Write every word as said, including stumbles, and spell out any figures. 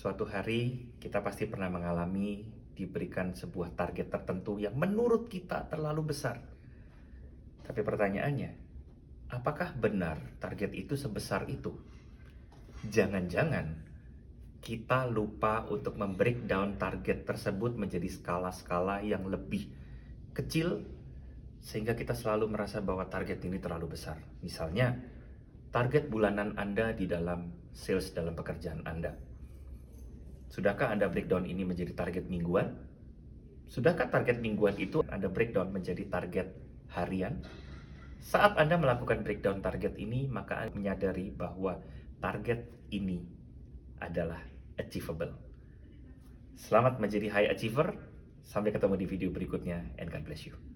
Suatu hari kita pasti pernah mengalami diberikan sebuah target tertentu yang menurut kita terlalu besar. Tapi pertanyaannya, apakah benar target itu sebesar itu? Jangan-jangan kita lupa untuk membreakdown target tersebut menjadi skala-skala yang lebih kecil sehingga kita selalu merasa bahwa target ini terlalu besar. Misalnya, target bulanan Anda di dalam sales dalam pekerjaan Anda. Sudahkah Anda breakdown ini menjadi target mingguan? Sudahkah target mingguan itu Anda breakdown menjadi target harian? Saat Anda melakukan breakdown target ini, maka Anda menyadari bahwa target ini adalah achievable. Selamat menjadi high achiever. Sampai ketemu di video berikutnya, and God bless you.